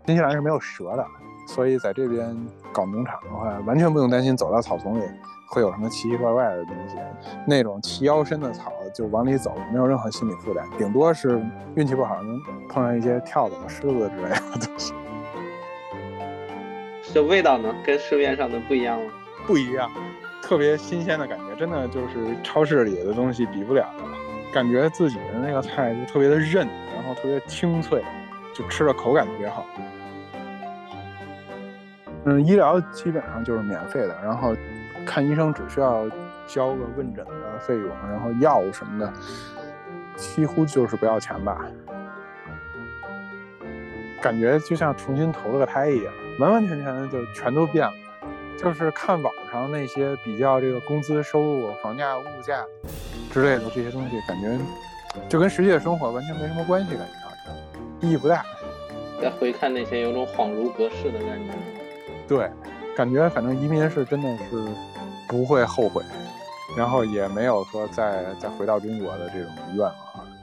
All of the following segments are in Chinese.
新西兰是没有蛇的，所以在这边搞农场的话，完全不用担心走到草丛里会有什么奇奇怪怪的东西。那种齐腰深的草就往里走，没有任何心理负担，顶多是运气不好能碰上一些跳蚤、狮子之类的东西。 这味道呢，跟市面上的不一样吗？ 不一样，特别新鲜的感觉，真的就是超市里的东西比不了的。感觉自己的那个菜就特别的韧，然后特别清脆，就吃的口感特别好。医疗基本上就是免费的，然后看医生只需要交个问诊的费用，然后药物什么的几乎就是不要钱吧。感觉就像重新投了个胎一样，完完全全的就全都变了。就是看网上那些比较这个工资收入、房价、物价之类的这些东西，感觉就跟实际的生活完全没什么关系，感觉好像意义不大。 再回看那些有种恍如隔世的感觉。 对，感觉反正移民是真的是不会后悔，然后也没有说再回到中国的这种愿望。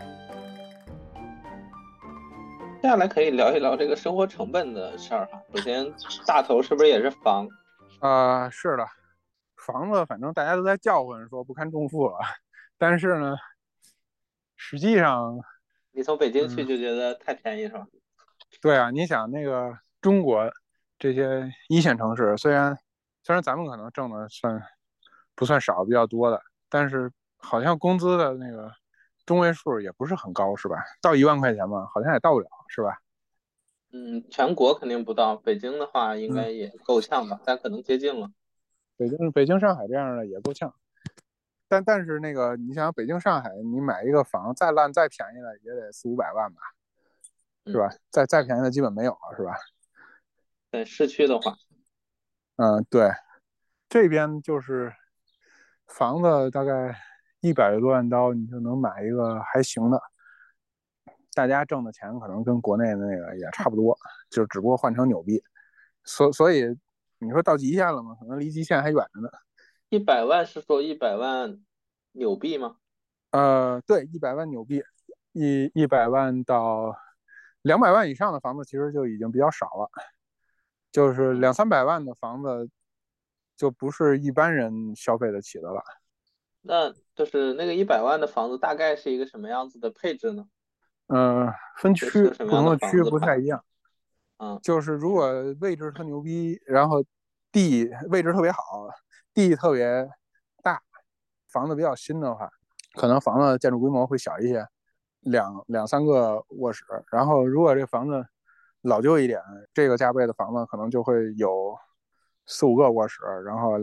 接下来可以聊一聊这个生活成本的事儿哈。首先，大头是不是也是房？ 是的，房子反正大家都在叫唤说不堪重负了，但是呢，实际上， 你从北京去嗯， 就觉得太便宜是吧？ 对啊，你想那个中国这些一线城市，虽然咱们可能挣的不算少，比较多的，但是好像工资的那个中位数也不是很高，是吧？到1万块钱嘛，好像也到不了，是吧？ 嗯，全国肯定不到，北京的话应嗯， 该也够呛吧，但可能接近了。 北京、上海这样的也够呛，但是那个你想北京、上海，你买一个房再烂再便宜的也得400-500万吧，是嗯， 吧？再便宜的基本没有了，是吧？ 在市区的话， 对，这边就是房子大概100多万刀，你就能买一个还行的。大家挣的钱可能跟国内的那个也差不多，就只不过换成纽币。所以你说到极限了吗？可能离极限还远着呢。 100万是说100万纽币吗？ 对，100万纽币，100万到200万以上的房子其实就已经比较少了，就是嗯， 200-300万的房子就不是一般人消费得起的了。 那就是那个100万的房子大概是一个什么样子的配置呢？ 分是个区， 什么样的不同的区房子盘？ 不太一样。 嗯， 就是如果位置特牛逼，然后位置特别好，地特别大，房子比较新的话，可能房子建筑规模会小一些，两三个卧室。然后如果这房子老旧一点，这个价位的房子可能就会有4-5个卧室，然后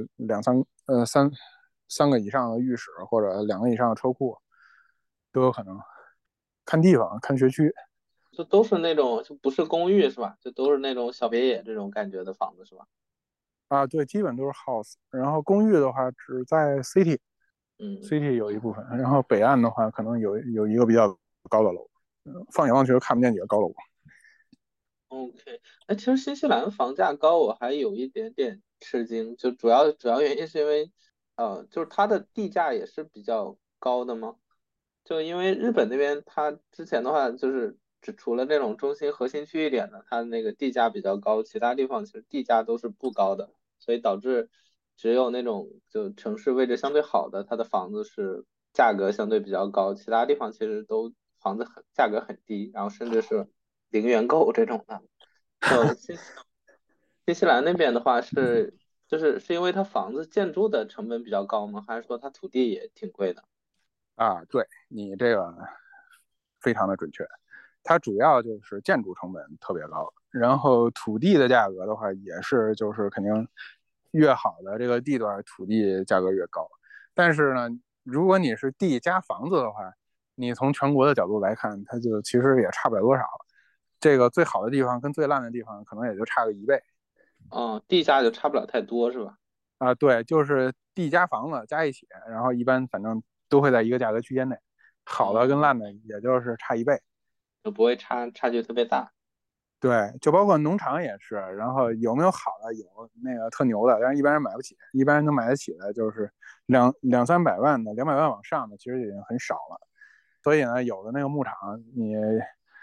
三个以上的浴室或者2个以上的车库都有可能。看地方，看学区。 就都是那种就不是公寓是吧？就都是那种小别野这种感觉的房子是吧？ 对，基本都是 house。然后公寓的话，只在嗯 city 有一部分，然后北岸的话，可能有一个比较高的楼，放眼望去都看不见几个高楼。 ，OK。哎，其实新西兰房价高，我还有一点点吃惊，就主要原因是因为，就是它的地价也是比较高的吗？就因为日本那边，它之前的话就是只除了那种中心核心区一点的，它那个地价比较高，其他地方其实地价都是不高的，所以导致只有那种就城市位置相对好的，它的房子是价格相对比较高，其他地方其实都房子价格很低，然后甚至是零元购这种的。就新西兰那边的话就是因为它房子建筑的成本比较高吗？还是说它土地也挺贵的？ 对，你这个非常的准确，它主要就是建筑成本特别高，然后土地的价格的话也是就是肯定越好的这个地段土地价格越高，但是呢，如果你是地加房子的话，你从全国的角度来看，它就其实也差不了多少。这个最好的地方跟最烂的地方可能也就差个1倍。 地价就差不了太多是吧？ 对，就是地加房子加一起，然后一般反正都会在一个价格区间内，好的跟哦， 烂的也就是差1倍。 就不会差距特别大。 对，就包括农场也是，然后有没有好的，有那个特牛的，但是一般人买不起，一般人能买得起的就是两三百万的200万往上的，其实已经很少了。所以呢，有的那个牧场，你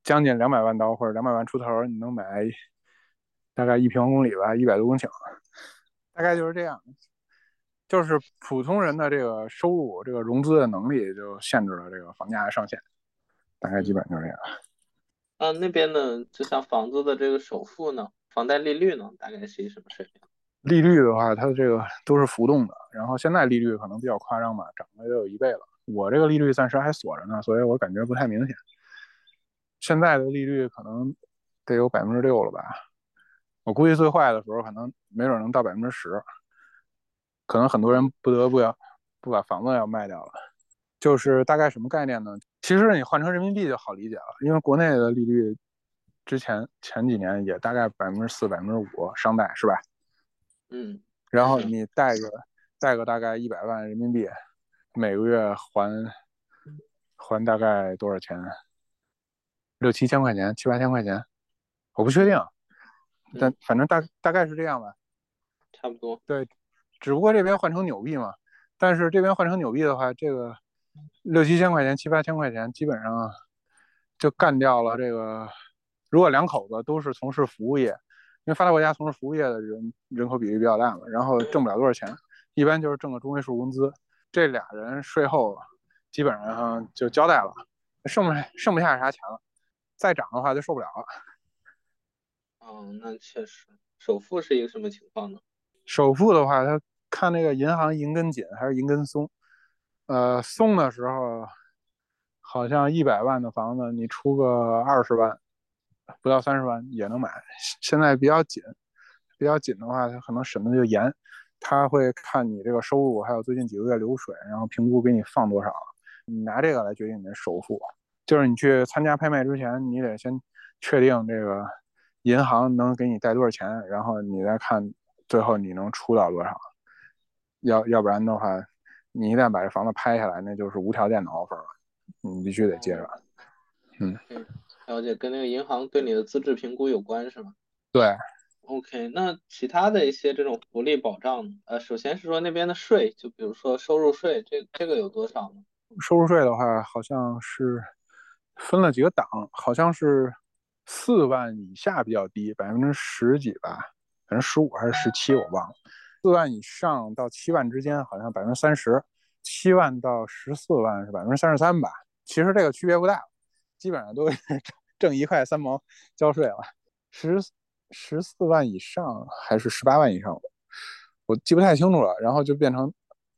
将近200万刀或者200万出头，你能买大概1平方公里吧，100多公顷，大概就是这样。就是普通人的这个收入、这个融资的能力就限制了这个房价的上限，大概基嗯， 本就是这样。 那边呢，就像房子的这个首付呢，房贷利率呢，大概是一什么水平？ 利率的话，它这个都是浮动的，然后现在利率可能比较夸张吧，涨了得有1倍了。我这个利率暂时还锁着呢，所以我感觉不太明显。现在的利率可能得有6%了吧？我估计最坏的时候可能没准能到10%，可能很多人不得不把房子要卖掉了。就是大概什么概念呢？其实你换成人民币就好理解了，因为国内的利率前几年也大概4%、5%商贷是吧？ 嗯， 然后是， 你贷个大概100万人民币，每个月还大概多少钱？6、7千块钱、7、8千块钱，我不确定，但嗯， 反正大概是这样吧。 差不多。 对，只不过这边换成纽币嘛，但是这边换成纽币的话，这个6、7千块钱、7、8千块钱，基本上就干掉了这个。如果两口子都是从事服务业，因为发达国家从事服务业的人口比例比较大嘛，然后挣不了多少钱，一般就是挣个中位数工资，这俩人税后基本上就交代了，剩不下啥钱了，再涨的话就受不了了。 那确实。首付是一个什么情况呢？ 首付的话，他看那个银行银根紧还是银根松。松的时候好像100万的房子，你出个20万，不到30万也能买。现在比较紧的话，他可能审的就严，他会看你这个收入，还有最近几个月流水，然后评估给你放多少，你拿这个来决定你的首付。就是你去参加拍卖之前，你得先确定这个银行能给你贷多少钱，然后你再看最后你能出到多少。要不然的话，你一旦把这房子拍下来，那就是无条件的 offer 了，你必须得接着。 哦， 嗯， 嗯，了解，跟那个银行对你的资质评估有关是吗对， ？OK，那其他的一些这种福利保障呢，首先是说那边的税，就比如说收入税，这个有多少呢？ 收入税的话，好像是分了几个档，好像是4万以下比较低，10%几吧，反正15还是17，我忘了。4万以上到7万之间，好像30%，7万到14万是33%吧。其实这个区别不大，基本上都是挣1块3毛交税了。十14万以上还是18万以上，我记不太清楚了。然后就变成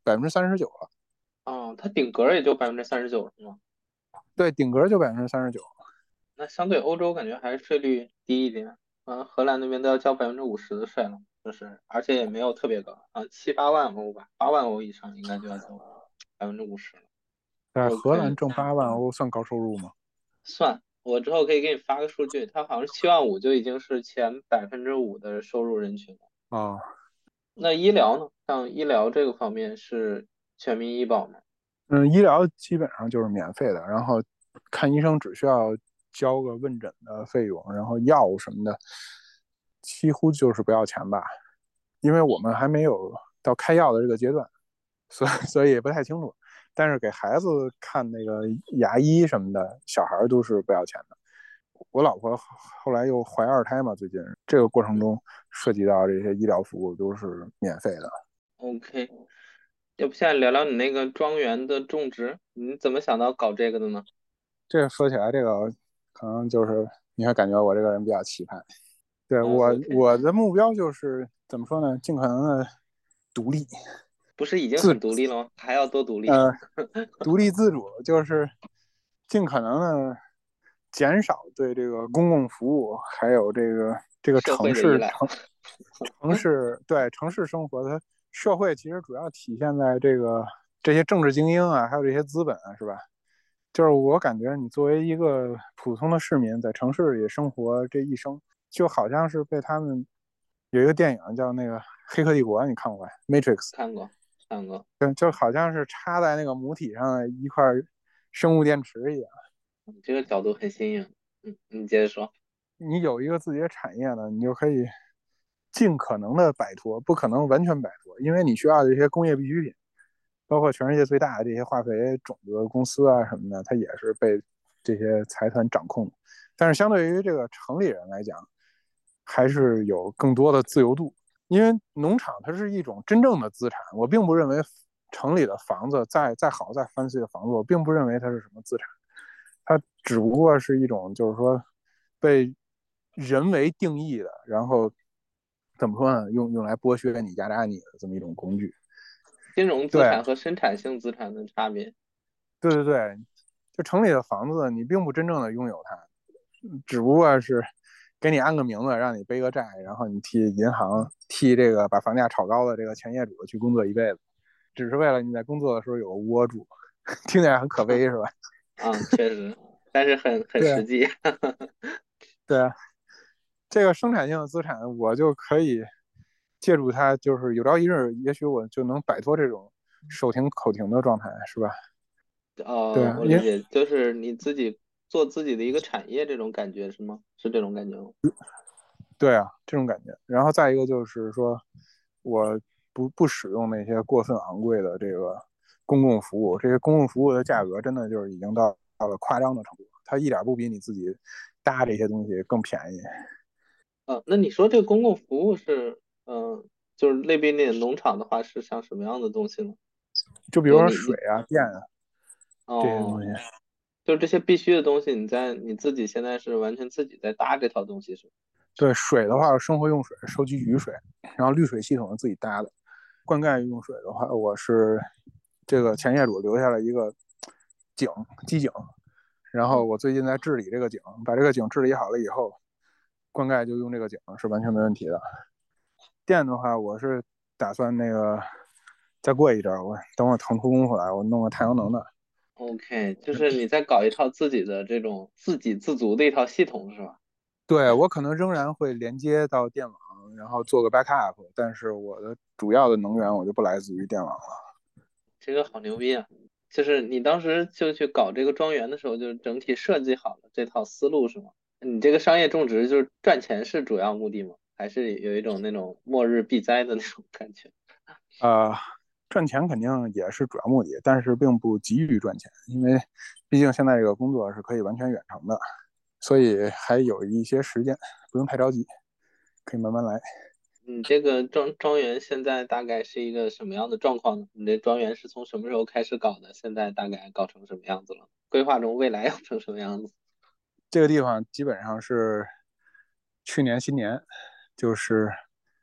39%了。 它顶格也就39%是吗？ 对，顶格就39%。 那相对欧洲感觉还是税率低一点。荷兰那边都要交50%的税了，就是而且也没有特别高7、8万欧吧，8万欧以上应该就要交50%了。 在荷兰 OK， 挣8万欧算高收入吗？ 算，我之后可以给你发个数据，它好像是7万5就已经是前5%的收入人群了。 哦， 那医疗呢？像医疗这个方面是全民医保吗？ 嗯，医疗基本上就是免费的，然后看医生只需要交个问诊的费用，然后药什么的几乎就是不要钱吧，因为我们还没有到开药的这个阶段，所以也不太清楚。但是给孩子看那个牙医什么的，小孩都是不要钱的。我老婆后来又怀2胎嘛，最近这个过程中涉及到这些医疗服务都是免费的。 OK，要不现在聊聊你那个庄园的种植，你怎么想到搞这个的呢？ 这个说起来，这个可能就是你会感觉我这个人比较奇葩。对， OK， 我的目标就是怎么说呢？尽可能的独立不是已经自很独立了吗？还要多独立？ 呃独立自主，就是尽可能的减少对这个公共服务还有这个社会的依赖。 城市生活的社会，其实主要体现在这些政治精英啊，还有这些资本啊，是吧？就是我感觉你作为一个普通的市民，在城市里生活这一生，就好像是被他们有一个电影叫那个《黑客帝国》，你看过吧？Matrix， 看过，看过。 就好像是插在那个母体上的一块生物电池一样。 你这个角度很新颖。你接着说。 你有一个自己的产业呢，你就可以尽可能的摆脱，不可能完全摆脱，因为你需要的这些工业必需品，包括全世界最大的这些化肥种子公司啊什么的，它也是被这些财团掌控。但是相对于这个城里人来讲，还是有更多的自由度，因为农场它是一种真正的资产。我并不认为城里的房子再好再 fancy 的房子，我并不认为它是什么资产，它只不过是一种就是说被人为定义的，然后怎么说呢？用来剥削你、压榨你的这么一种工具。 金融资对产和生产性资产的差别。 对对对，就城里的房子，你并不真正的拥有它，只不过是给你安个名字，让你背个债，然后你替银行替这个把房价炒高的这个前业主去工作一辈子，只是为了你在工作的时候有个窝住，听起来很可悲是吧？ 啊，确实，但是很对实际。 对，这个生产性的资产，我就可以借助它，就是有朝一日，也许我就能摆脱这种手停口停的状态，是吧？对啊，因为我理解，就是你自己做自己的一个产业，这种感觉是吗？是这种感觉吗？ 对啊，这种感觉。然后再一个就是说，我不使用那些过分昂贵的这个公共服务，这些公共服务的价格真的就是已经到了夸张的程度，它一点不比你自己搭这些东西更便宜。 那你说这个公共服务是，就是类比那农场的话，是像什么样的东西呢？ 就比如说水就你啊、电啊这些东哦， 西。 就是这些必须的东西，你自己现在是完全自己在搭这套东西是吗？ 对水的话，生活用水收集雨水，然后滤水系统是自己搭的。灌溉用水的话，我是这个前业主留下了一个井机井，然后嗯。 我最近在治理这个井，把这个井治理好了以后，灌溉就用这个井是完全没问题的。电的话，我是打算那个再过一阵儿，我等我腾出功夫来，我弄个太阳能的。 OK，就是你在搞一套自己的这种自给自足的一套系统是吧？ 对，我可能仍然会连接到电网，然后做个 backup，但是我的主要的能源我就不来自于电网了。 这个好牛逼啊！就是你当时就去搞这个庄园的时候，就整体设计好了这套思路是吗？你这个商业种植就是赚钱是主要目的吗？还是有一种那种末日必灾的那种感觉？ 呃，赚钱肯定也是主要目的，但是并不急于赚钱，因为毕竟现在这个工作是可以完全远程的，所以还有一些时间，不用太着急，可以慢慢来。 你这个庄园现在大概是一个什么样的状况呢？你这庄园是从什么时候开始搞的？现在大概搞成什么样子了？规划中未来要成什么样子？ 这个地方基本上是去年新年，就是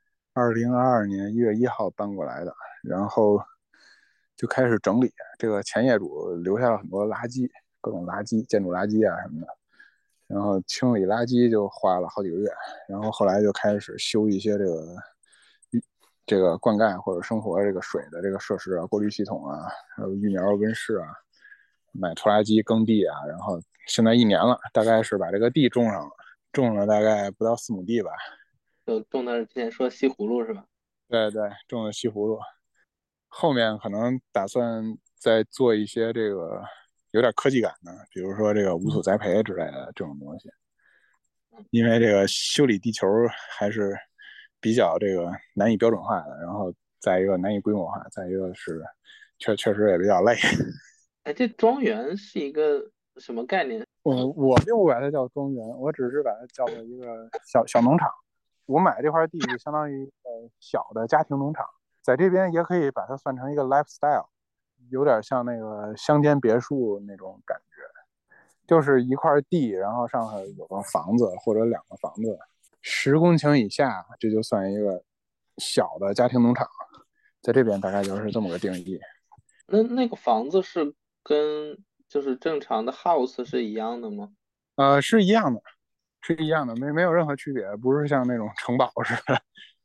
2022年1月1号搬过来的，然后就开始整理。这个前业主留下了很多垃圾，各种垃圾、建筑垃圾啊什么的，然后清理垃圾就花了好几个月，然后后来就开始修一些这个灌溉或者生活这个水的这个设施啊，过滤系统啊，还有育苗温室啊，买拖拉机耕地啊，然后现在1年了，大概是把这个地种上了，种了大概不到4亩地吧。 就种的之前说西葫芦是吧？ 对对，种了西葫芦，后面可能打算再做一些这个有点科技感的，比如说这个无土栽培之类的这种东西，因为这个修理地球还是比较这个难以标准化的，然后再一个难以规模化，再一个是确实也比较累。 哎，这庄园是一个什么概念？ 我并不把它叫庄园，我只是把它叫做一个小农场。我买这块地就相当于小的家庭农场，在这边也可以把它算成一个 lifestyle，有点像那个乡间别墅那种感觉，就是一块地，然后上头有个房子或者2个房子，10公顷以下，这就算一个小的家庭农场。在这边大概就是这么个定义。 那个房子是跟就是正常的 house 是一样的吗是一样的，是一样的，没有任何区别，不是像那种城堡似的，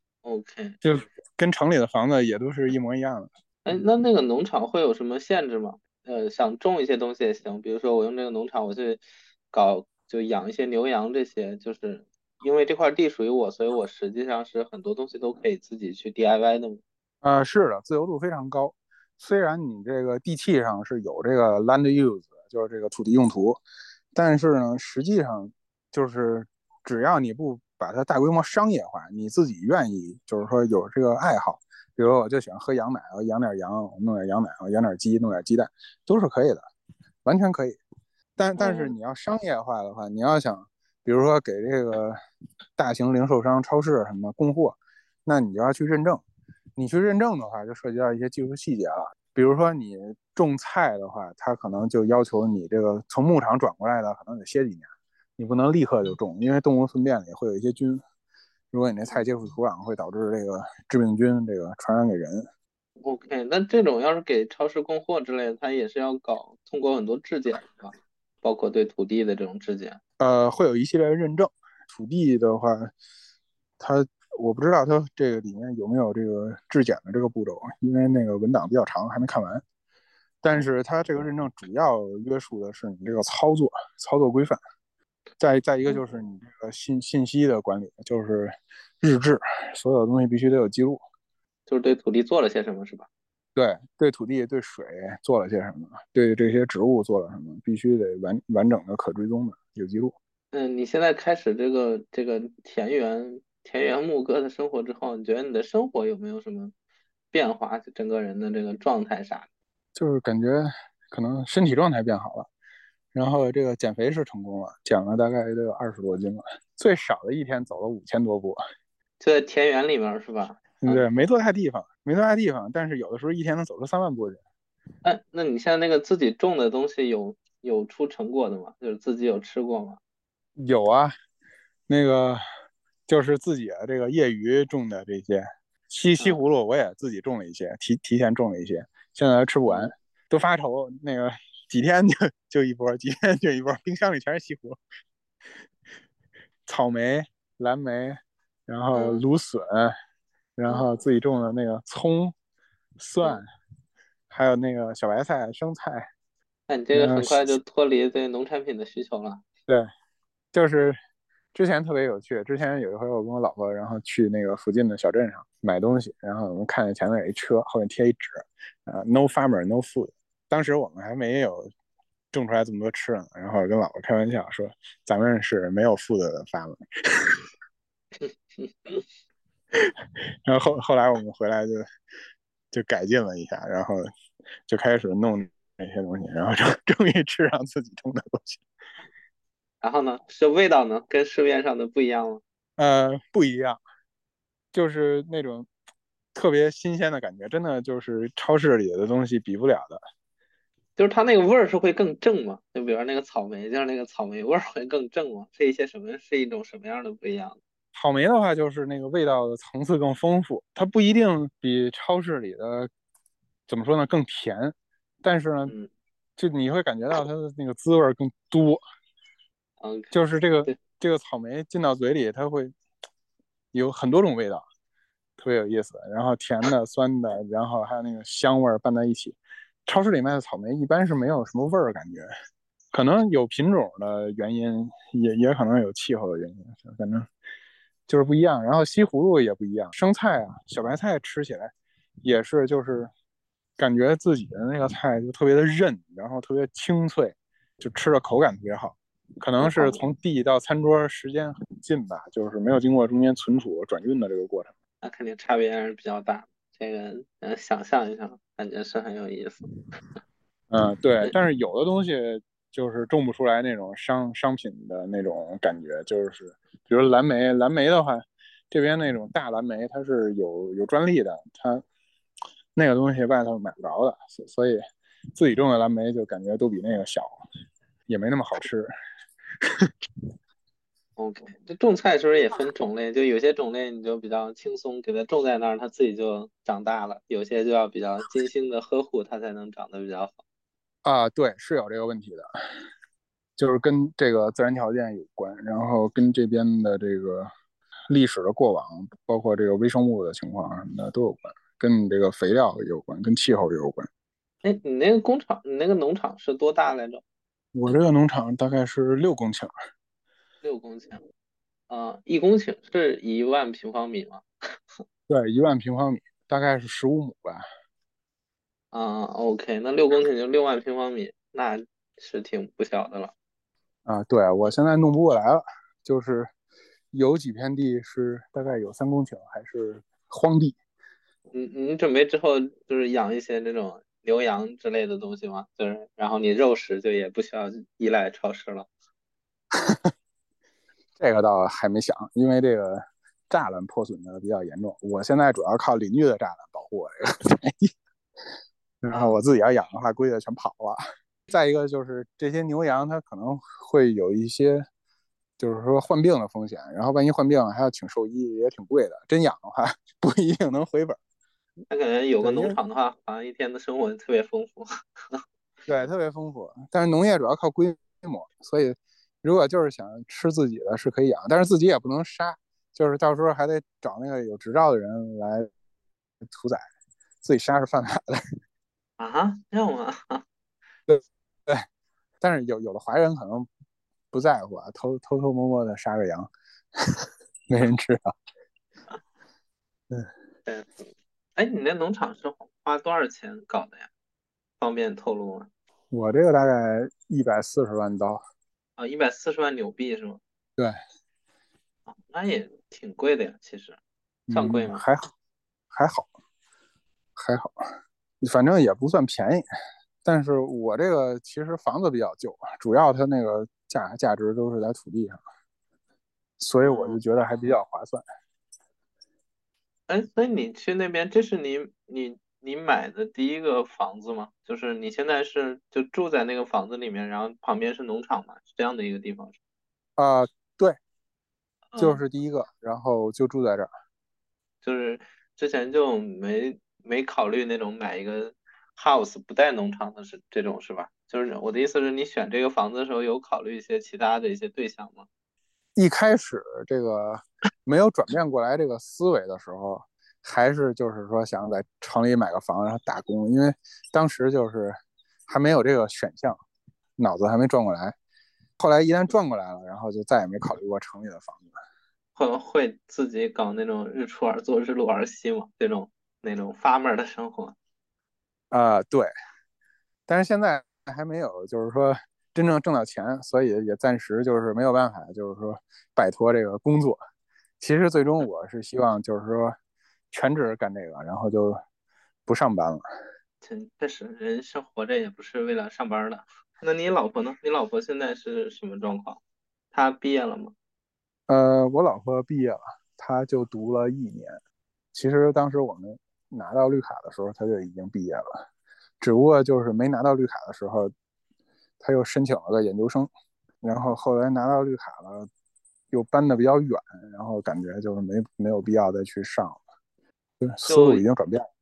？OK， 就跟城里的房子也都是一模一样的。 哎，那个农场会有什么限制吗？想种一些东西也行，比如说我用这个农场，我去就养一些牛羊这些，就是因为这块地属于我，所以我实际上是很多东西都可以自己去 DIY 的嘛。 是的，自由度非常高。虽然你这个地契上是有这个 land use，就是这个土地用途，但是呢，实际上就是只要你不把它大规模商业化，你自己愿意，就是说有这个爱好，比如我就喜欢喝羊奶，我养点羊，我弄点羊奶，我养点鸡，弄点鸡蛋，都是可以的，完全可以。 但是嗯你要商业化的话，你要想，比如说给这个大型零售商、超市什么供货，那你就要去认证。你去认证的话，就涉及到一些技术细节了。比如说你种菜的话，它可能就要求你这个从牧场转过来的，可能得歇几年，你不能立刻就种，因为动物粪便里会有一些菌，如果你这菜接触土壤，会导致这个致病菌这个传染给人。 ，OK，那这种要是给超市供货之类的，它也是要通过很多质检是吧？包括对土地的这种质检。 会有一系列认证。土地的话，它我不知道它这个里面有没有这个质检的这个步骤，因为那个文档比较长，还没看完。但哦， 是它这个认证主要约束的是你这个操作规范。再一个就是嗯， 你这个信息的管理，就是日志，所有东西必须得有记录。 就是对土地做了些什么是吧？ 对土地、对水做了些什么，对这些植物做了什么，必须得完整的、可追踪的有记录。 嗯，你现在开始这个田园牧歌的生活之后，你觉得你的生活有没有什么变化？就整个人的这个状态啥的？ 就是感觉可能身体状态变好了，然后这个减肥是成功了，减了大概得有20多斤了，最少的一天走了5000多步。 就在田园里面是吧？ 对，没多大地方，但是有的时候一天能走出3万步去。 哎，那你现在那个自己种的东西有出成果的吗？就是自己有吃过吗？ 有啊，那个就是自己的这个业余种的这些西葫嗯芦，我也自己种了一些，提前种了一些，现在吃不完， 嗯都发愁。那个几天就一波，几天就一波，冰箱里全是西葫芦、草莓、蓝莓，然后嗯芦笋，然后嗯自己种的那个葱、蒜， 嗯， 还有那个小白菜、生菜， 那你这个然后很快就脱离对农产品的需求了。 对，就是之前特别有趣。之前有一回我跟我老婆，然后去那个附近的小镇上买东西，然后我们看见前面有一车，后面贴一纸，No farmer no food。当时我们还没有种出来这么多吃的呢，然后跟老婆开玩笑说，咱们是没有 food 的 farmer。然后后来我们回来就改进了一下，然后就开始弄那些东西，然后终于吃上自己种的东西。 然后呢，是味道呢，跟市面上的不一样吗？ 不一样，就是那种特别新鲜的感觉，真的就是超市里的东西比不了的。 就是它那个味儿是会更正吗？就比如说那个草莓，就是那个草莓味儿会更正吗？是一些什么？是一种什么样的不一样？ 草莓的话，就是那个味道的层次更丰富，它不一定比超市里的怎么说呢更甜，但是呢， 嗯就你会感觉到它的那个滋味更多。 ，OK， 就是这个对， 这个草莓进到嘴里，它会有很多种味道，特别有意思。然后甜的、酸的，然后还有那个香味拌在一起。超市里卖的草莓一般是没有什么味儿感觉，可能有品种的原因，也可能有气候的原因，反正就是不一样。然后西葫芦也不一样，生菜啊、小白菜吃起来也是就是感觉自己的那个菜就特别的韧，然后特别清脆，就吃的口感特别好。可能是那好， 从地到餐桌时间很近吧，就是没有经过中间存储转运的这个过程。 那肯定差别还是比较大。这个想象一下，感觉是很有意思。 对， 嗯但是有的东西就是种不出来那种商品的那种感觉，就是比如蓝莓，蓝莓的话，这边那种大蓝莓它是有专利的，它那个东西外头买不着的，所以自己种的蓝莓就感觉都比那个小，也没那么好吃。 ，OK，这种菜是不是也分种类？就有些种类你就比较轻松，给它种在那儿，它自己就长大了；有些就要比较精心的呵护，它才能长得比较好。 对，是有这个问题的，就是跟这个自然条件有关，然后跟这边的这个历史的过往，包括这个微生物的情况什么的都有关，跟你这个肥料也有关，跟气候也有关。 哎，你那个工厂，你那个农场是多大来着？ 我这个农场大概是6公顷。 6公顷。1公顷是1万平方米吗？ 对，1万平方米，大概是15亩吧。 OK，那6公顷就6万平方米，那是挺不小的了。 对，我现在弄不过来了，就是有几片地是大概有3公顷，还是荒地。 你准备之后就是养一些这种牛羊之类的东西吗？就是然后你肉食就也不需要依赖超市了。 这个倒还没想，因为这个栅栏破损的比较严重，我现在主要靠邻居的栅栏保护我这个田地，然后啊， 我自己要养的话，估计全跑了。再一个就是这些牛羊，它可能会有一些，就是说患病的风险，然后万一患病还要请兽医，也挺贵的。真养的话，不一定能回本。 那可能有个对，因为农场的话，好像一天的生活特别丰富。 对特别丰富，但是农业主要靠规模，所以如果就是想吃自己的，是可以养，但是自己也不能杀，就是到时候还得找那个有执照的人来屠宰，自己杀是犯法的。 啊，这样吗？ 对对，但是有的华人可能不在乎啊，偷偷摸摸的杀个羊，没人知道。嗯， 对，哎，你那农场是花多少钱搞的呀？方便透露吗？ 我这个大概140万刀。 啊，140万纽币是吗？ 对， 啊，那也挺贵的呀，其实算贵嗯， 吗？ 还好还好，反正也不算便宜。但是我这个其实房子比较旧，主要它那个价值都是在土地上，所以我哦， 就觉得还比较划算。 哎，所以你去那边，这是你买的第一个房子吗？就是你现在是就住在那个房子里面，然后旁边是农场嘛，是这样的一个地方是对，就嗯， 是第一个，然后就住在这儿。 就是之前就没考虑那种买一个 house 不带农场的是这种是吧？就是我的意思是你选这个房子的时候有考虑一些其他的一些对象吗？ 一开始这个没有转变过来这个思维的时候，还是就是说想在城里买个房，然后打工，因为当时就是还没有这个选项，脑子还没转过来。后来一旦转过来了，然后就再也没考虑过城里的房子。 会自己搞那种日出而作日落而息嘛？这种那种 farmer 的生活。 对，但是现在还没有，就是说真正挣到钱，所以也暂时就是没有办法，就是说摆脱这个工作。其实最终我是希望就是说全职干这个，然后就不上班了。 确实，人生活着也不是为了上班的。那你老婆呢？你老婆现在是什么状况？她毕业了吗？ 我老婆毕业了，她就读了1年。其实当时我们拿到绿卡的时候，她就已经毕业了，只不过就是没拿到绿卡的时候，她又申请了个研究生，然后后来拿到绿卡了，又搬的比较远，然后感觉就是没有必要再去上了，思就路已经转变了。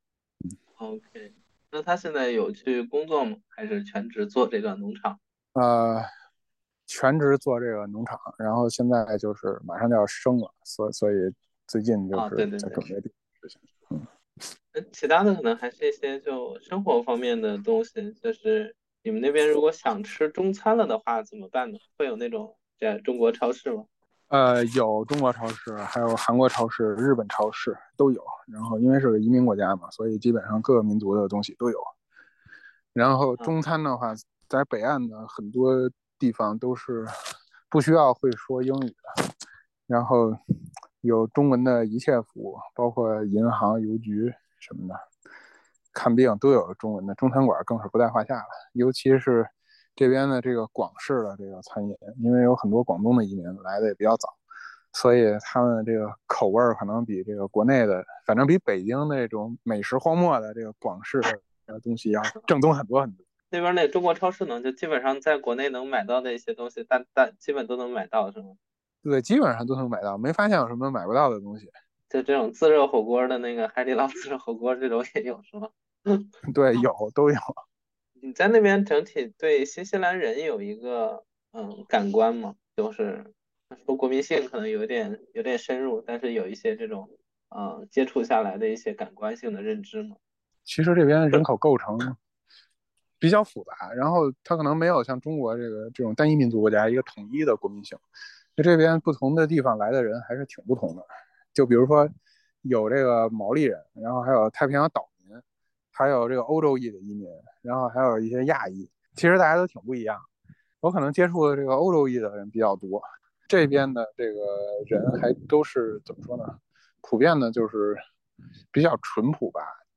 OK。那她现在有去工作吗？还是全职做这个农场？ 呃，全职做这个农场，然后现在就是马上就要生了，所以最近就啊，对是对对。 在准备这个事情。嗯。 其他的可能还是一些就生活方面的东西，就是你们那边如果想吃中餐了的话，怎么办呢？会有那种在中国超市吗？ 有中国超市，还有韩国超市、日本超市都有。然后因为是个移民国家嘛，所以基本上各个民族的东西都有。然后啊， 中餐的话，在北岸的很多地方都是不需要会说英语的，然后有中文的一切服务，包括银行、邮局什么的，看病都有中文的。中餐馆更是不在话下了，尤其是这边的这个广式的这个餐饮，因为有很多广东的移民来的也比较早，所以他们的这个口味可能比这个国内的，反正比北京那种美食荒漠的这个广式的东西要正宗很多很多。 那边那中国超市呢，就基本上在国内能买到的一些东西，但基本都能买到，是吗？ 对，基本上都能买到，没发现有什么买不到的东西。 就这种自热火锅的那个海底捞自热火锅这种也有，是吗？ 对，都有。 你在那边整体对新西兰人有一个感官吗？就是说国民性可能有点深入，但是有一些这种接触下来的一些感官性的认知吗？ 其实这边人口构成比较复杂，然后它可能没有像中国这种单一民族国家一个统一的国民性，就这边不同的地方来的人还是挺不同的。就比如说有这个毛利人，然后还有太平洋岛民，还有这个欧洲裔的移民，然后还有一些亚裔，其实大家都挺不一样。我可能接触的这个欧洲裔的人比较多，这边的这个人还都是怎么说呢？普遍的就是比较淳朴吧，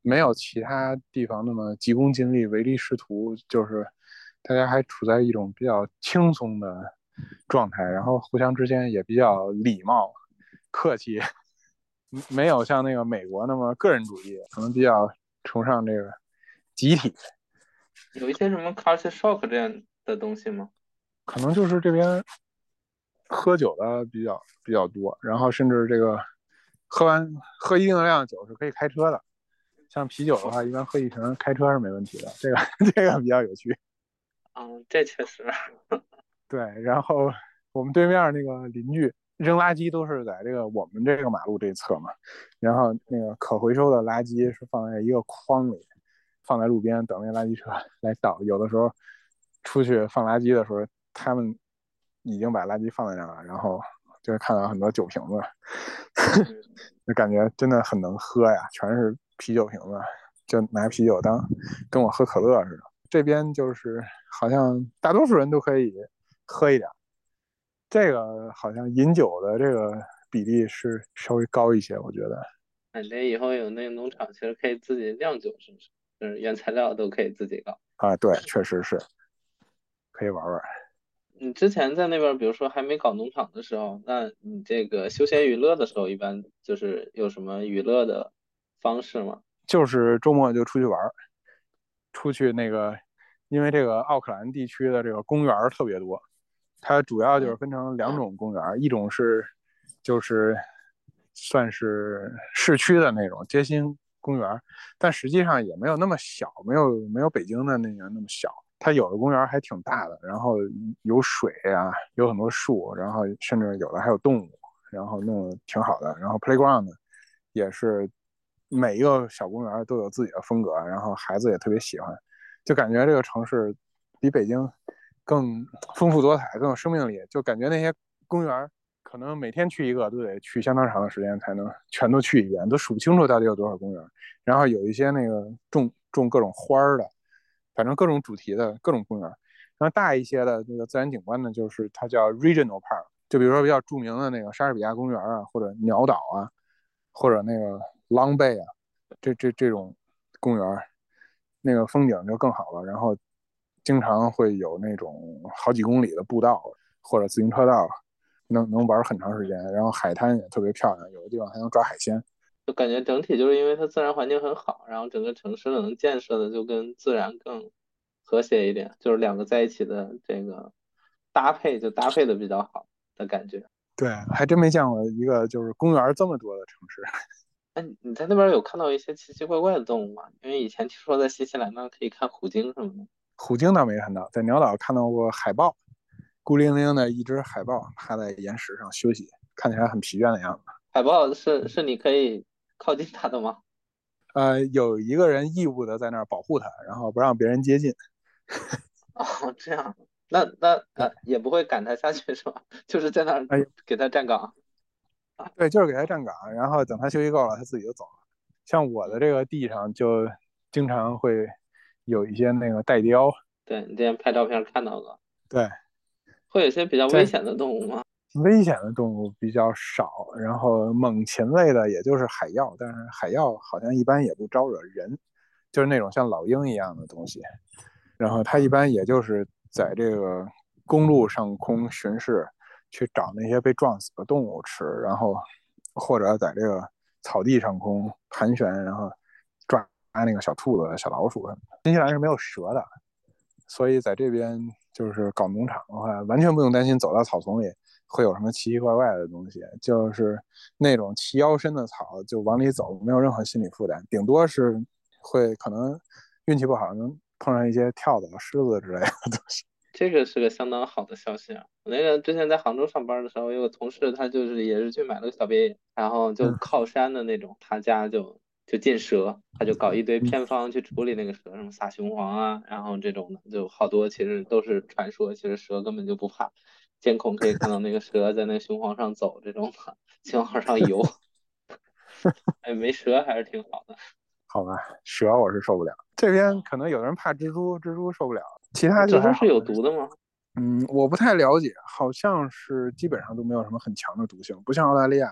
没有其他地方那么急功近利、唯利是图，就是大家还处在一种比较轻松的状态，然后互相之间也比较礼貌、客气，没有像那个美国那么个人主义，可能比较崇尚这个集体， 有一些什么 culture shock 这样的东西吗？ 可能就是这边喝酒的比较多，然后甚至这个喝一定的量的酒是可以开车的，像啤酒的话，一般喝一瓶开车是没问题的，这个这个比较有趣。 嗯，这确实。 对，然后我们对面那个邻居扔垃圾都是在这个我们这个马路这一侧嘛，然后那个可回收的垃圾是放在一个筐里，放在路边等那垃圾车来倒。有的时候出去放垃圾的时候，他们已经把垃圾放在那儿了，然后就会看到很多酒瓶子，就感觉真的很能喝呀，全是啤酒瓶子，就拿啤酒当跟我喝可乐似的。这边就是好像大多数人都可以喝一点，这个好像饮酒的这个比例是稍微高一些，我觉得感觉以后有那个农场，其实可以自己酿酒，是不是？就是原材料都可以自己搞。 啊，对，确实是可以玩玩。 你之前在那边，比如说还没搞农场的时候，那你这个休闲娱乐的时候，一般就是有什么娱乐的方式吗？ 就是周末就出去玩，出去那个，因为这个奥克兰地区的这个公园特别多，它主要就是分成两种公园，一种是就是算是市区的那种街心公园，但实际上也没有那么小，没有北京的那个那么小。它有的公园还挺大的，然后有水啊，有很多树，然后甚至有的还有动物，然后弄得挺好的。然后 playground 也是每一个小公园都有自己的风格，然后孩子也特别喜欢，就感觉这个城市比北京更丰富多彩，更有生命力。就感觉那些公园可能每天去一个都得去相当长的时间才能全都去一遍，都数不清楚到底有多少公园。然后有一些那个种各种花的，反正各种主题的各种公园。然后大一些的那个自然景观呢，就是它叫 regional park，就比如说比较著名的那个莎士比亚公园啊，或者鸟岛啊，或者那个 Long Bay 啊，这种公园，那个风景就更好了。然后经常会有那种好几公里的步道或者自行车道，能玩很长时间。然后海滩也特别漂亮，有的地方还能抓海鲜。 就感觉整体就是因为它自然环境很好，然后整个城市可能建设的就跟自然更和谐一点，就是两个在一起的这个搭配就搭配的比较好的感觉。 对，还真没见过一个就是公园这么多的城市。 哎，你在那边有看到一些奇奇怪怪的动物吗？因为以前听说在新西兰那儿可以看虎鲸什么的。 虎鲸倒没看到，在鸟岛看到过海豹，孤零零的一只海豹趴在岩石上休息，看起来很疲倦的样子。 海豹是你可以靠近它的吗？ 有一个人义务的在那儿保护它，然后不让别人接近。 哦，这样，那对， 也不会赶它下去是吧？就是在那儿哎， 给它站岗。 对，就是给它站岗，然后等它休息够了，它自己就走了。像我的嗯， 这个地上就经常会有一些那个带雕， 对，你之前拍照片看到了， 对， 会有一些比较危在险的动物吗？ 危险的动物比较少，然后猛禽类的也就是海妖，但是海妖好像一般也不招惹人，就是那种像老鹰一样的东西。然后它一般也就是在这个公路上空巡视，去找那些被撞死的动物吃，然后或者在这个草地上空盘旋，然后抓那个小兔子、小老鼠。新西兰是没有蛇的，所以在这边就是搞农场的话，完全不用担心走到草丛里会有什么奇奇怪怪的东西，就是那种齐腰深的草就往里走，没有任何心理负担，顶多是会可能运气不好能碰上一些跳蚤、狮子之类的东西。 这个是个相当好的消息啊！我那个之前在杭州上班的时候，有个同事，他就是也是去买了个小别野，然后就嗯靠山的那种，他家就进蛇，他就搞一堆嗯， 偏方去处理那个蛇，什么撒雄黄啊，然后这种的，就好多其实都是传说，其实蛇根本就不怕，监控可以看到那个蛇在那个雄黄上走，这种的，雄黄上游，哎，没蛇还是挺好的。 好吧，蛇我是受不了，这边可能有人怕蜘蛛，蜘蛛受不了，其他就蜘蛛是还好。 有毒的吗？ 我不太了解，好像是基本上都没有什么很强的毒性，不像澳大利亚，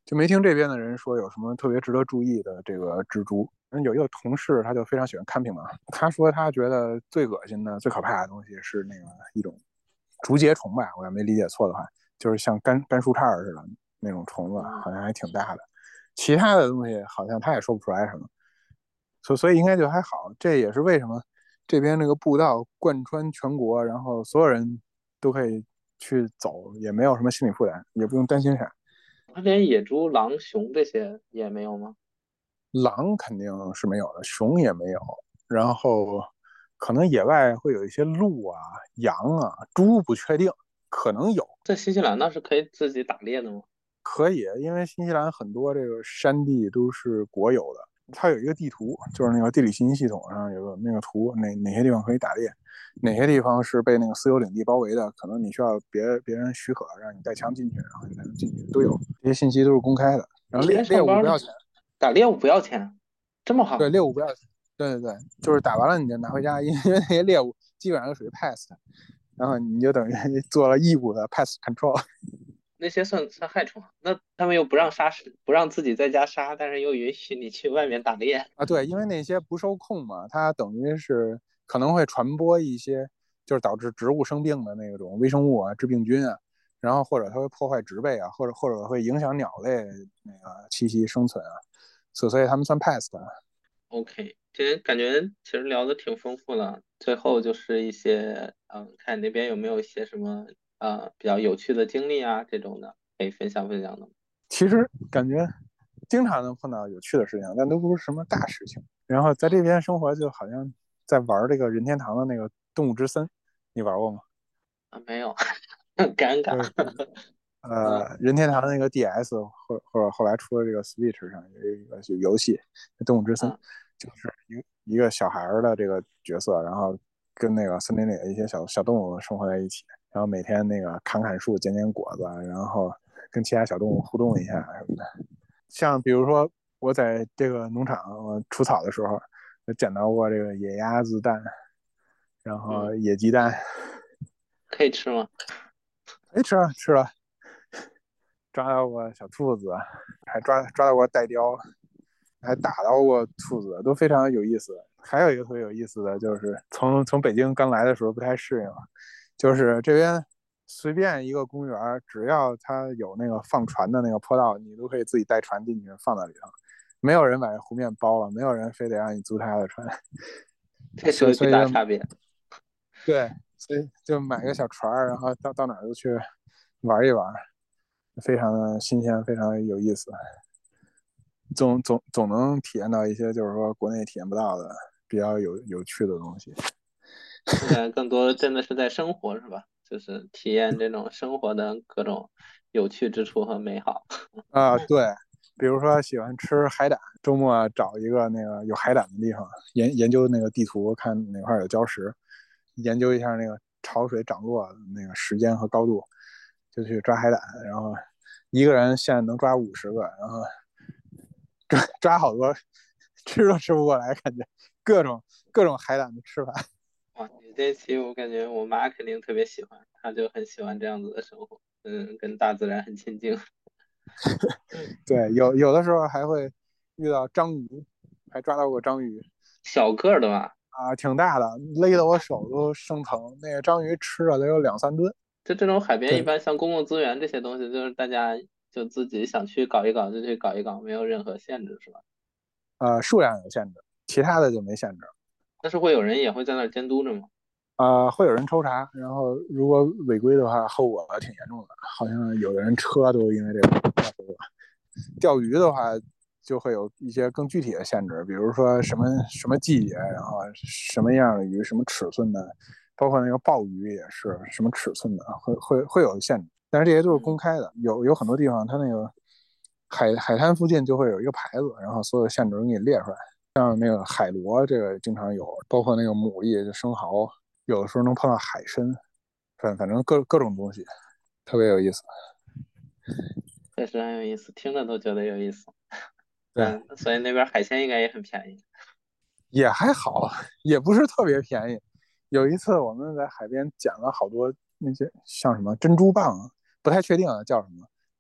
就没听这边的人说有什么特别值得注意的这个蜘蛛。有一个同事，他就非常喜欢看病嘛，他说他觉得最恶心的、最可怕的东西是那个一种竹节虫吧，我要没理解错的话，就是像干树杈似的那种虫子，好像还挺大的。其他的东西好像他也说不出来什么，所以应该就还好。这也是为什么这边那个步道贯穿全国，然后所有人都可以去走，也没有什么心理负担，也不用担心啥。 它连野猪、狼、熊这些也没有吗？ 狼肯定是没有的，熊也没有，然后可能野外会有一些鹿啊、羊啊、猪不确定，可能有， 在新西兰那是可以自己打猎的吗？ 可以，因为新西兰很多这个山地都是国有的，它有一个地图，就是那个地理信息系统上有个那个图，哪些地方可以打猎，哪些地方是被那个私有领地包围的，可能你需要别人许可让你带枪进去，然后你才能进去，都有，这些信息都是公开的。然后一猎猎边上班物不要钱， 打猎物不要钱，这么对， 好？ 猎物不要钱，对对对，就是打完了你就拿回家，因为那些猎物基本上都属于 pass，然后你就等于做了义务的 pass control。 那些算害虫，那他们又不让杀死，不让自己在家杀，但是又允许你去外面打猎。 啊，对，因为那些不受控嘛，它等于是可能会传播一些就是导致植物生病的那种微生物啊、致病菌啊，然后或者它会破坏植被啊，或者会影响鸟类那个栖息生存啊，所以他们算 pest。 OK，今天感觉其实聊的挺丰富了，最后就是一些，看那边有没有一些什么比较有趣的经历啊这种的，可以分享分享的。 其实感觉经常能碰到有趣的事情，但都不是什么大事情。然后在这边生活，就好像在玩这个任天堂的那个动物之森，你玩过吗？ 啊，没有，很尴尬。 就是嗯任天堂的那个 DS 或者后来出的这个 Switch 上有一个游戏《动物之森》， 嗯就是一个小孩的这个角色，然后跟那个森林里的一些小动物生活在一起，然后每天那个砍树、捡果子，然后跟其他小动物互动一下什么的。像比如说我在这个农场除草的时候，捡到过这个野鸭子蛋，然嗯， 后野鸡蛋， 可以吃吗？ 哎，吃了，抓到过小兔子，还抓到过带雕，还打到过兔子，都非常有意思。还有一个特别有意思的就是，从北京刚来的时候不太适应，就是这边随便一个公园，只要它有那个放船的那个坡道，你都可以自己带船进去放在里头，没有人把湖面包了，没有人非得让你租他的船， 这是个巨所以所以就大差别。 对，所以就买个小船然后到哪儿都去玩一玩，非常的新鲜，非常有意思。总能体验到一些就是说国内体验不到的比较有趣的东西听起来更多真的是在生活，是吧？就是体验这种生活的各种有趣之处和美好。 啊。对，比如说喜欢吃海胆，周末找一个那个有海胆的地方，研究那个地图，看哪块有礁石，研究一下那个潮水涨落的那个时间和高度，就去抓海胆，然后一个人现在能抓50个，然后抓好多，吃都吃不过来，感觉各种海胆的吃法。 哇，你这期我感觉我妈肯定特别喜欢，她就很喜欢这样子的生活，跟大自然很亲近。 对，有的时候还会遇到章鱼，还抓到过章鱼小个儿的吧， 啊，挺大的，勒得我手都生疼。那个章鱼吃了得有2、3吨。 就这种海边一对， 般像公共资源这些东西，就是大家就自己想去搞一搞就去搞一搞，没有任何限制，是吧？ 数量有限制，其他的就没限制。 但是会有人也会在那儿监督着吗？ 会有人抽查，然后如果违规的话，后果挺严重的。好像有的人车都因为这个钓鱼的话，就会有一些更具体的限制，比如说什么季节，然后什么样的鱼，什么尺寸的，包括那个鲍鱼也是什么尺寸的，会有限制。但是这些都是公嗯， 开的，有很多地方它那个海滩附近就会有一个牌子，然后所有的限制都给你列出来。像那个海螺，这个经常有，包括那个牡蛎、生蚝，有的时候能碰到海参，反正各种东西，特别有意思。 确实很有意思，听着都觉得有意思。 对， 所以那边海鲜应该也很便宜。 也还好，也不是特别便宜。有一次我们在海边捡了好多那些像什么珍珠蚌，不太确定叫什么，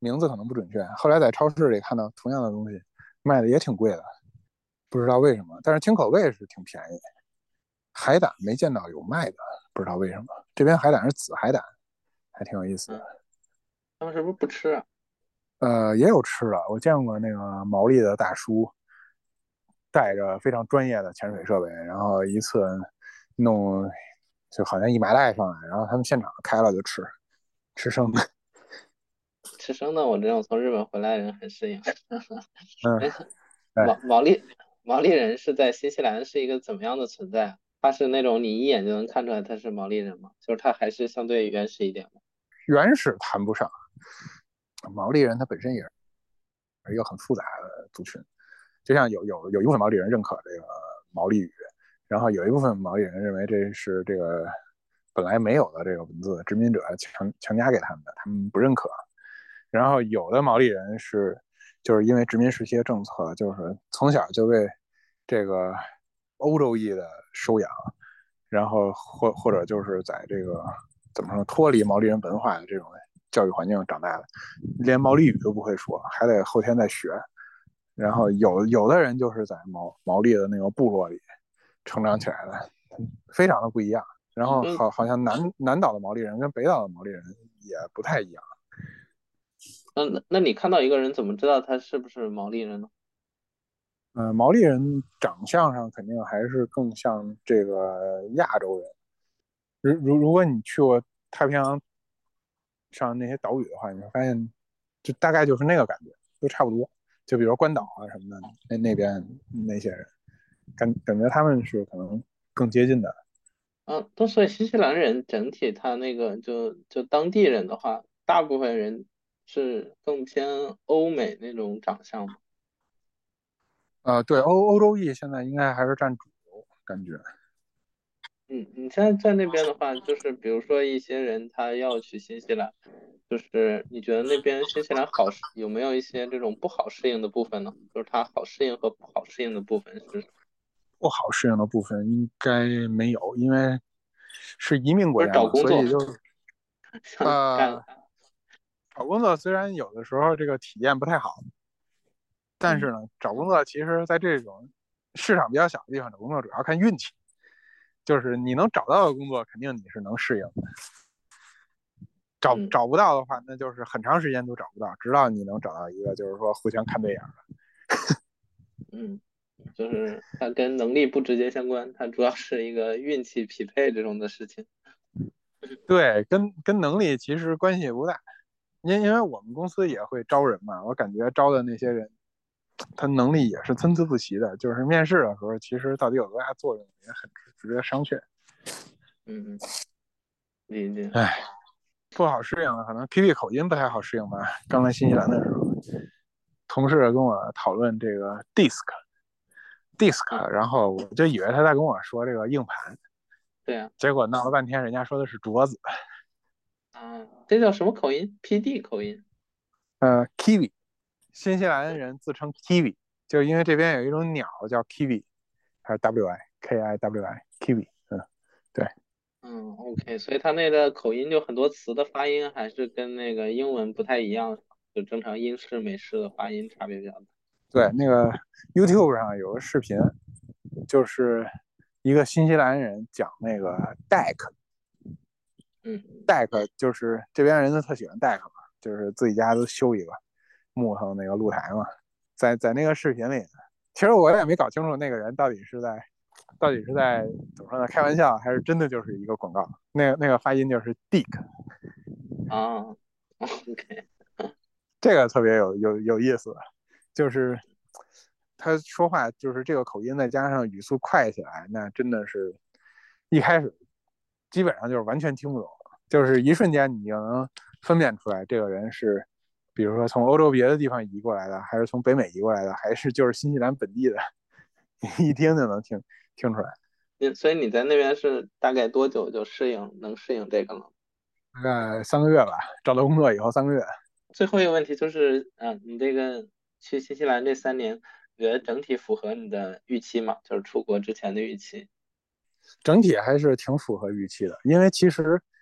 名字可能不准确。后来在超市里看到同样的东西，卖的也挺贵的，不知道为什么。但是听口味是挺便宜。海胆没见到有卖的，不知道为什么。这边海胆是紫海胆，还挺有意思的。 嗯，他们是不是不吃啊？ 也有吃的，我见过那个毛利的大叔带着非常专业的潜水设备，然后一次弄就好像一麻袋上来，然后他们现场开了就吃生的。 吃生的，我这种从日本回来的人很适应。 嗯， 哎， 对， 毛利人是在新西兰是一个怎么样的存在啊？他是那种你一眼就能看出来他是毛利人吗？就是他还是相对原始一点吗？ 原始谈不上，毛利人他本身也是一个很复杂的族群，就像有一部分毛利人认可这个毛利语，然后有一部分毛利人认为这是这个本来没有的这个文字，殖民者强加给他们的，他们不认可。然后有的毛利人是就是因为殖民时期的政策，就是从小就被这个欧洲裔的收养，然后或者就是在这个怎么说脱离毛利人文化的这种教育环境长大的，连毛利语都不会说，还得后天再学。然后有的人就是在毛利的那个部落里成长起来的，非常的不一样。然后嗯， 好像南岛的毛利人跟北岛的毛利人也不太一样。 那你看到一个人怎么知道他是不是毛利人呢？ 毛利人长相上肯定还是更像这个亚洲人。如果你去过太平洋上那些岛屿的话，你会发现，就大概就是那个感觉，都差不多。就比如关岛啊什么的，那边那些人，感觉他们是可能更接近的。 都所以新西兰人整体他那个就当地人的话，大部分人是更偏欧美那种长相嘛。 对，欧洲裔现在应该还是占主流，感觉。 嗯，你现在在那边的话，就是比如说一些人他要去新西兰，就是你觉得那边新西兰有没有一些这种不好适应的部分呢？就是它好适应和不好适应的部分是什么？ 不好适应的部分应该没有，因为是移民国或者家嘛， 找工作， 所以就像干， 呃，找工作虽然有的时候这个体验不太好，但嗯是呢，找工作其实在这种市场比较小的地方找工作主要看运气，就是你能找到的工作，肯定你是能适应的。找嗯找不到的话，那就是很长时间都找不到，直到你能找到一个就是说互相看对眼的。 嗯，就是它跟能力不直接相关，它主要是一个运气匹配这种的事情。 对，跟能力其实关系不大，因为我们公司也会招人嘛，我感觉招的那些人，他能力也是参差不齐的，就是面试的时候，其实到底有多大作用也很值得商榷。 嗯嗯，理解。 唉，不好适应了，可能 Kiwi 口音不太好适应吧。刚来新西兰的时候，同事跟我讨论这个 disk， 嗯， 然后我就以为他在跟我说这个硬盘， 对啊， 结果闹了半天，人家说的是桌子。 这叫什么口音？PD 口音。 Kiwi，新西兰人自称 Kiwi，就是因为这边有一种鸟叫 Kiwi，还是 WIKIWI，Kiwi，对嗯，OK，所以它那个口音就很多词的发音还是跟那个英文不太一样，就正常英式、美式的发音差别比较大。 对，那个 YouTube 上有个视频，就是一个新西兰人讲那个 deck，deck 嗯就是这边人都特喜欢 deck 嘛，就是自己家都修一个木头那个露台嘛，在那个视频里，其实我也没搞清楚那个人到底是在怎么说呢，开玩笑还是真的就是一个广告。那个发音就是 dick， 啊，OK， 这个特别有意思，就是他说话就是这个口音，再加上语速快起来，那真的是一开始基本上就是完全听不懂，就是一瞬间你就能分辨出来这个人是，比如说从欧洲别的地方移过来的，还是从北美移过来的，还是就是新西兰本地的，一听就能听出来。 所以你在那边是大概多久就能适应这个了？ 大概3个月吧，找到工作以后3个月。 最后一个问题就是，你这个去新西兰这3年，你觉得整体符合你的预期吗？就是出国之前的预期。 整体还是挺符合预期的，因为其实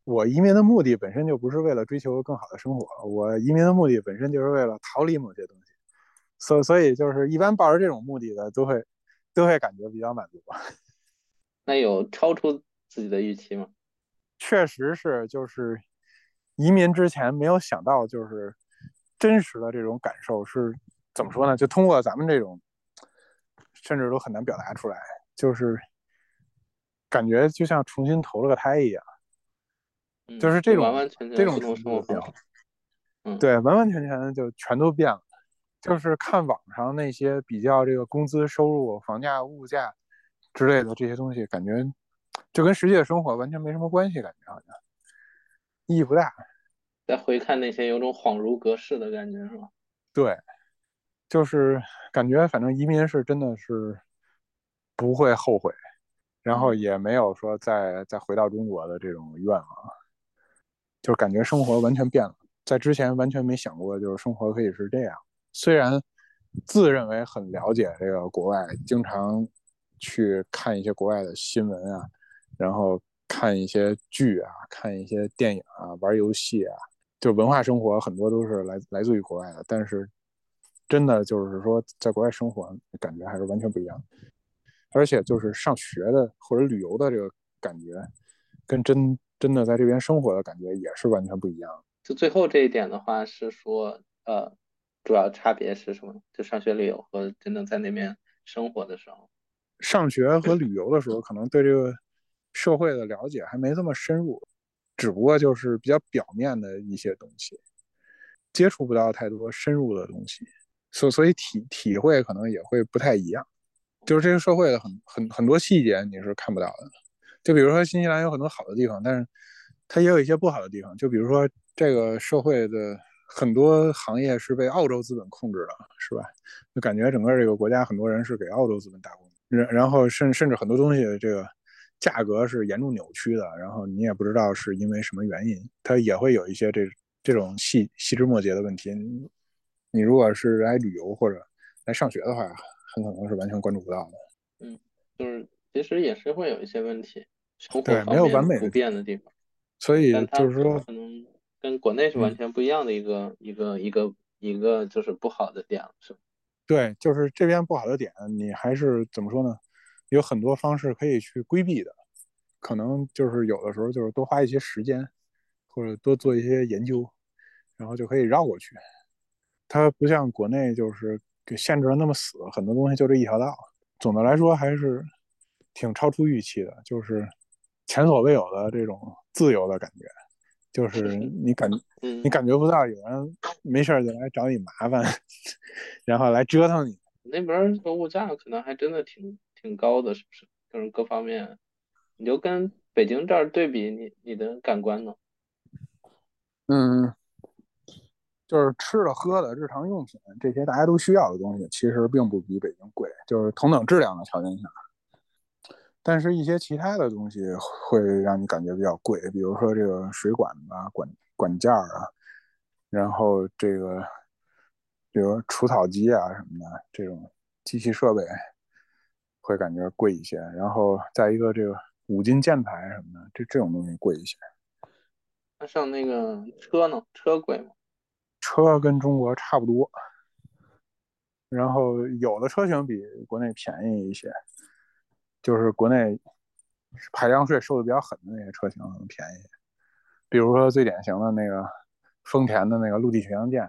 我移民的目的本身就不是为了追求更好的生活，我移民的目的本身就是为了逃离某些东西，所以就是一般抱着这种目的的都会感觉比较满足。 那有超出自己的预期吗？ 确实是就是移民之前没有想到，就是真实的这种感受是怎么说呢？就通过咱们这种，甚至都很难表达出来，就是感觉就像重新投了个胎一样，就嗯，就完是这种完全全这种不同程度的变化， 生活方式。嗯对，完完全全就全都变了。就是看网上那些比较这个工资、收入、房价、物价之类的这些东西，感觉就跟实际的生活完全没什么关系，感觉好像意义不大。 再回看那些，有种恍如隔世的感觉，是吧？ 对，就是感觉反正移民是真的是不会后悔，然后嗯也没有说再回到中国的这种愿望，就是感觉生活完全变了，在之前完全没想过就是生活可以是这样。虽然自认为很了解这个国外，经常去看一些国外的新闻啊，然后看一些剧啊，看一些电影啊，玩游戏啊，就文化生活很多都是来自于国外的，但是真的就是说在国外生活感觉还是完全不一样的，而且就是上学的或者旅游的这个感觉，跟真的在这边生活的感觉也是完全不一样的。 就最后这一点的话，是说，主要差别是什么？就上学旅游和真正在那边生活的时候。 上学和旅游的时候，可能对这个社会的了解还没这么深入，只不过就是比较表面的一些东西，接触不到太多深入的东西，所以体会可能也会不太一样。就是这个社会的很多细节你是看不到的。就比如说新西兰有很多好的地方，但是它也有一些不好的地方。就比如说这个社会的很多行业是被澳洲资本控制的，是吧？就感觉整个这个国家很多人是给澳洲资本打工，然后甚至很多东西这个价格是严重扭曲的，然后你也不知道是因为什么原因，它也会有一些这种细枝末节的问题。你如果是来旅游或者来上学的话，很可能是完全关注不到的。 嗯，就是其实也是会有一些问题，生活对，没方有完面不美的地方， 便的地方。对， 所以但它就是说， 可能跟国内是完嗯， 全不一样的一个就是不好的点了，是吧？ 对，就是这边不好的点，你还是怎么说呢？有很多方式可以去规避的，可能就是有的时候就是多花一些时间，或者多做一些研究，然后就可以绕过去。它不像国内就是给限制的那么死，很多东西就这一条道。总的来说还是挺超出预期的，就是前所未有的这种自由的感觉，就是你嗯， 感觉不到有人没事就来找你麻烦，然后来折腾你。 那边儿的物价可能还真的挺高的，是不是？就是各方面，你就跟北京这儿对比，你的感官呢？ 嗯，就是吃的喝的日常用品这些大家都需要的东西，其实并不比北京贵，就是同等质量的条件下。但是，一些其他的东西会让你感觉比较贵，比如说这个水管啊、管件啊，然后比如除草机啊什么的这种机器设备会感觉贵一些。然后再一个这个五金建材什么的，这种东西贵一些。 那像那个车呢？车贵吗？ 车跟中国差不多，然后有的车型比国内便宜一些，就是国内排量税收的比较狠的那些车型可能便宜。比如说最典型的那个丰田的那个陆地巡洋舰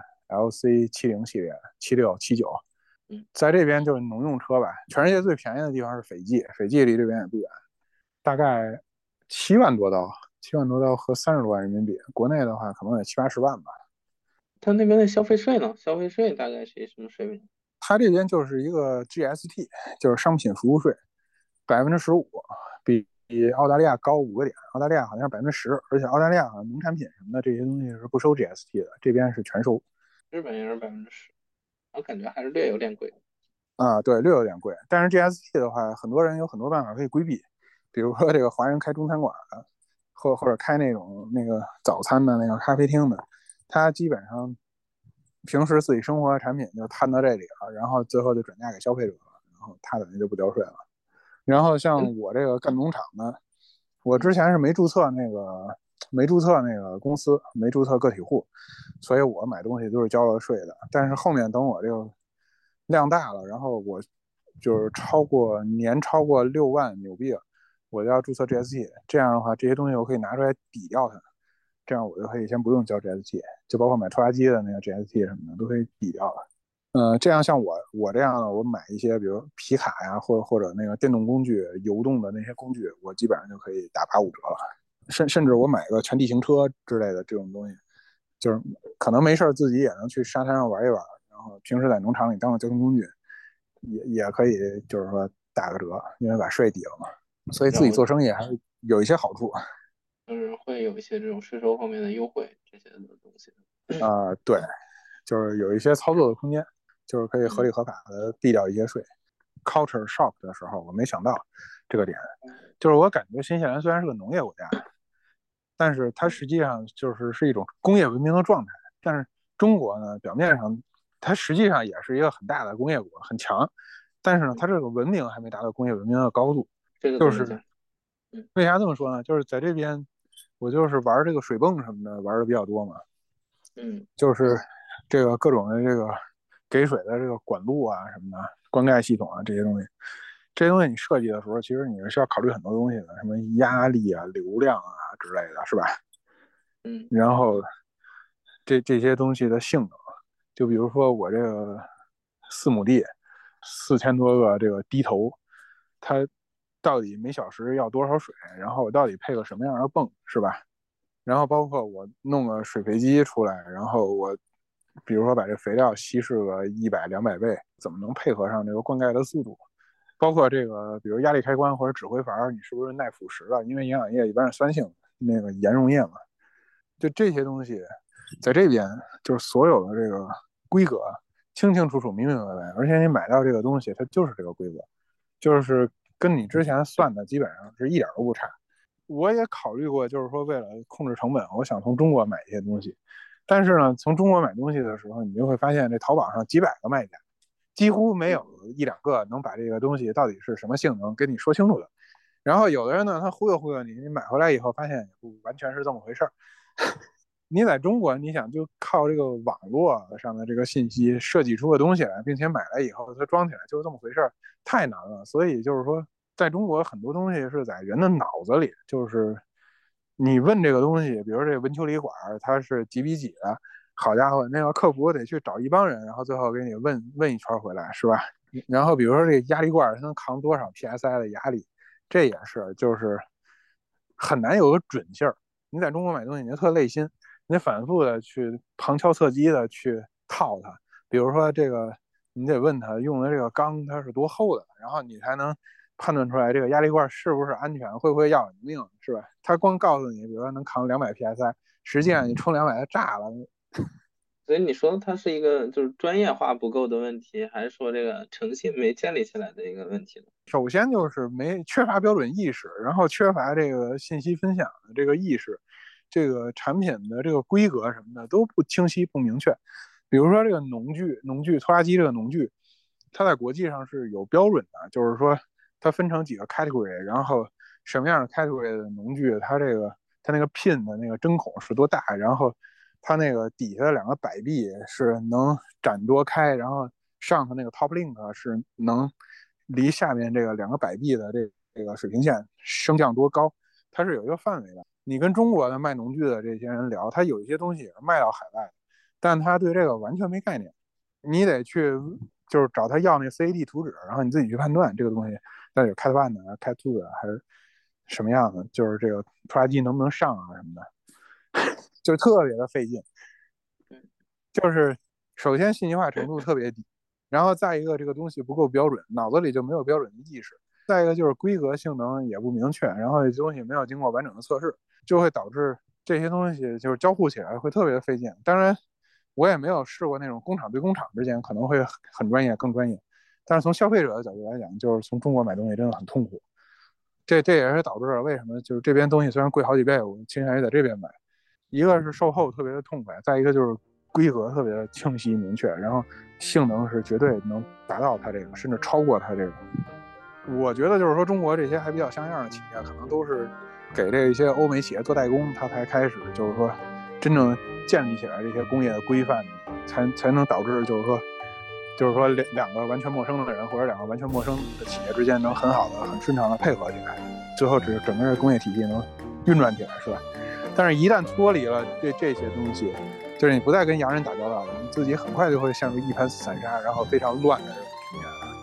LC70系列、76、79， 嗯， 在这边就是农用车吧。全世界最便宜的地方是斐济，斐济离这边也不远，大概7万多刀，7万多刀和30多万人民币。国内的话可能得70-80万吧。 他那边的消费税呢？消费税大概是一什么水平？ 它这边就是一个 GST，就是商品服务税，15%，比澳大利亚高5个点。澳大利亚好像是10%，而且澳大利亚好像农产品什么的这些东西是不收 GST 的，这边是全收。 日本也是10%，我感觉还是略有点贵。 啊，对，略有点贵。但是 GST 的话，很多人有很多办法可以规避，比如说这个华人开中餐馆的，或者开那个早餐的那个咖啡厅的，他基本上平时自己生活的产品就摊到这里了，然后最后就转嫁给消费者了，然后他等于就不交税了。然后嗯像我这个干农场的，我之嗯前是没注册那个没注册那个公司，没注册个体户，所以我买东西都是交了税的。但是后面等我这个量大了，然后我就是年超过6万纽币了，我就要注册 GST。这样的话，这些东西我可以拿出来抵掉它，这样我就可以先不用交 GST，就包括买拖拉机的那个 GST 什么的都可以抵掉了。这样像我这样的，我买一些比如皮卡呀，或者那个电动工具、游动的那些工具，我基本上就可以打8、5折了。甚至我买个全地形车之类的这种东西，就是可能没事自己也能去沙滩上玩一玩，然后平时在农场里当个交通工具，也可以就是说打个折，因为把税抵了嘛。所以自己做生意还是有一些好处。 就是会有一些这种税收方面的优惠这些的东西。 对，就是有一些操作的空间，就是可以合理合法的避掉一些税。Culture shock 的时候，我没想到这个点，就是我感觉新西兰虽然是个农业国家，但是它实际上是一种工业文明的状态。但是中国呢，表面上它实际上也是一个很大的工业国，很强，但是呢，它这个文明还没达到工业文明的高度。 这个就是为啥这么说呢？就是在这边，我就是玩这个水泵什么的玩的比较多嘛，就是这个各种的这个给水的这个管路啊什么的，灌溉系统啊这些东西。这些东西你设计的时候，其实你是要考虑很多东西的，什么压力啊、流量啊之类的，是吧？然后这些东西的性能，就比如说我这个4亩地，4000多个这个低头，它到底每小时要多少水？然后我到底配个什么样的泵，是吧？然后包括我弄个水肥机出来，然后我比如说把这肥料稀释个100、200倍，怎么能配合上这个灌溉的速度？包括这个，比如压力开关或者指挥阀，你是不是耐腐蚀的？因为营养液一般是酸性，那个盐溶液嘛。就这些东西，在这边就是所有的这个规格清清楚楚、明明白白，而且你买到这个东西，它就是这个规格，就是跟你之前算的基本上是一点都不差。我也考虑过，就是说为了控制成本，我想从中国买一些东西，但是呢，从中国买东西的时候，你就会发现这淘宝上几百个卖家，几乎没有1、2个能把这个东西到底是什么性能跟你说清楚的。然后有的人呢，他忽悠忽悠你，你买回来以后发现也不完全是这么回事儿。你在中国，你想就靠这个网络上的这个信息设计出个东西来，并且买来以后它装起来就是这么回事儿，太难了。所以就是说，在中国很多东西是在人的脑子里，就是你问这个东西，比如这个文丘里管它是几比几的，好家伙，那个客服得去找一帮人，然后最后给你问一圈回来，是吧？然后比如说这压力罐它能扛多少 psi 的压力，这也是就是很难有个准信儿。你在中国买东西，你就特累心，你反复的去旁敲侧击的去套它。比如说这个，你得问他用的这个钢它是多厚的，然后你才能判断出来这个压力罐是不是安全，会不会要你命，是吧？他光告诉你，比如说能扛200 psi，实际上你冲200它炸了。 所以你说它是一个就是专业化不够的问题，还是说这个诚信没建立起来的一个问题呢？ 首先就是缺乏标准意识，然后缺乏这个信息分享的这个意识，这个产品的这个规格什么的都不清晰不明确。比如说这个农具拖拉机这个农具，它在国际上是有标准的，就是说它分成几个 category，然后什么样的 category 的农具，它那个 pin 的那个针孔是多大，然后它那个底下的2个摆臂是能展多开，然后上头那个 top link 是能离下面这个2个摆臂的这个水平线升降多高，它是有一个范围的。你跟中国的卖农具的这些人聊，他有一些东西也是卖到海外的，但他对这个完全没概念。你得去就是找他要那 CAD 图纸，然后你自己去判断这个东西到底是 Cat 1的、Cat 2的还是什么样的，就是这个拖拉机能不能上啊什么的，就特别的费劲。就是首先信息化程度特别低，然后再一个这个东西不够标准，脑子里就没有标准的意识。再一个就是规格性能也不明确，然后这东西没有经过完整的测试，就会导致这些东西就是交互起来会特别的费劲。当然，我也没有试过那种工厂对工厂之间可能会很专业、更专业，但是从消费者的角度来讲，就是从中国买东西真的很痛苦。这也是导致了为什么就是这边东西虽然贵好几倍，我倾向于在这边买。一个是售后特别的痛快，再一个就是规格特别的清晰明确，然后性能是绝对能达到它这个，甚至超过它这个。我觉得就是说中国这些还比较像样的企业，可能都是给这些欧美企业做代工，它才开始就是说真正建立起来这些工业的规范，才能导致就是说两个完全陌生的人或者两个完全陌生的企业之间能很好的、很顺畅的配合起来，最后整个工业体系能运转起来，是吧？但是，一旦脱离了这些东西，就是你不再跟洋人打交道了，你自己很快就会陷入一盘散沙，然后非常乱的这种局面了。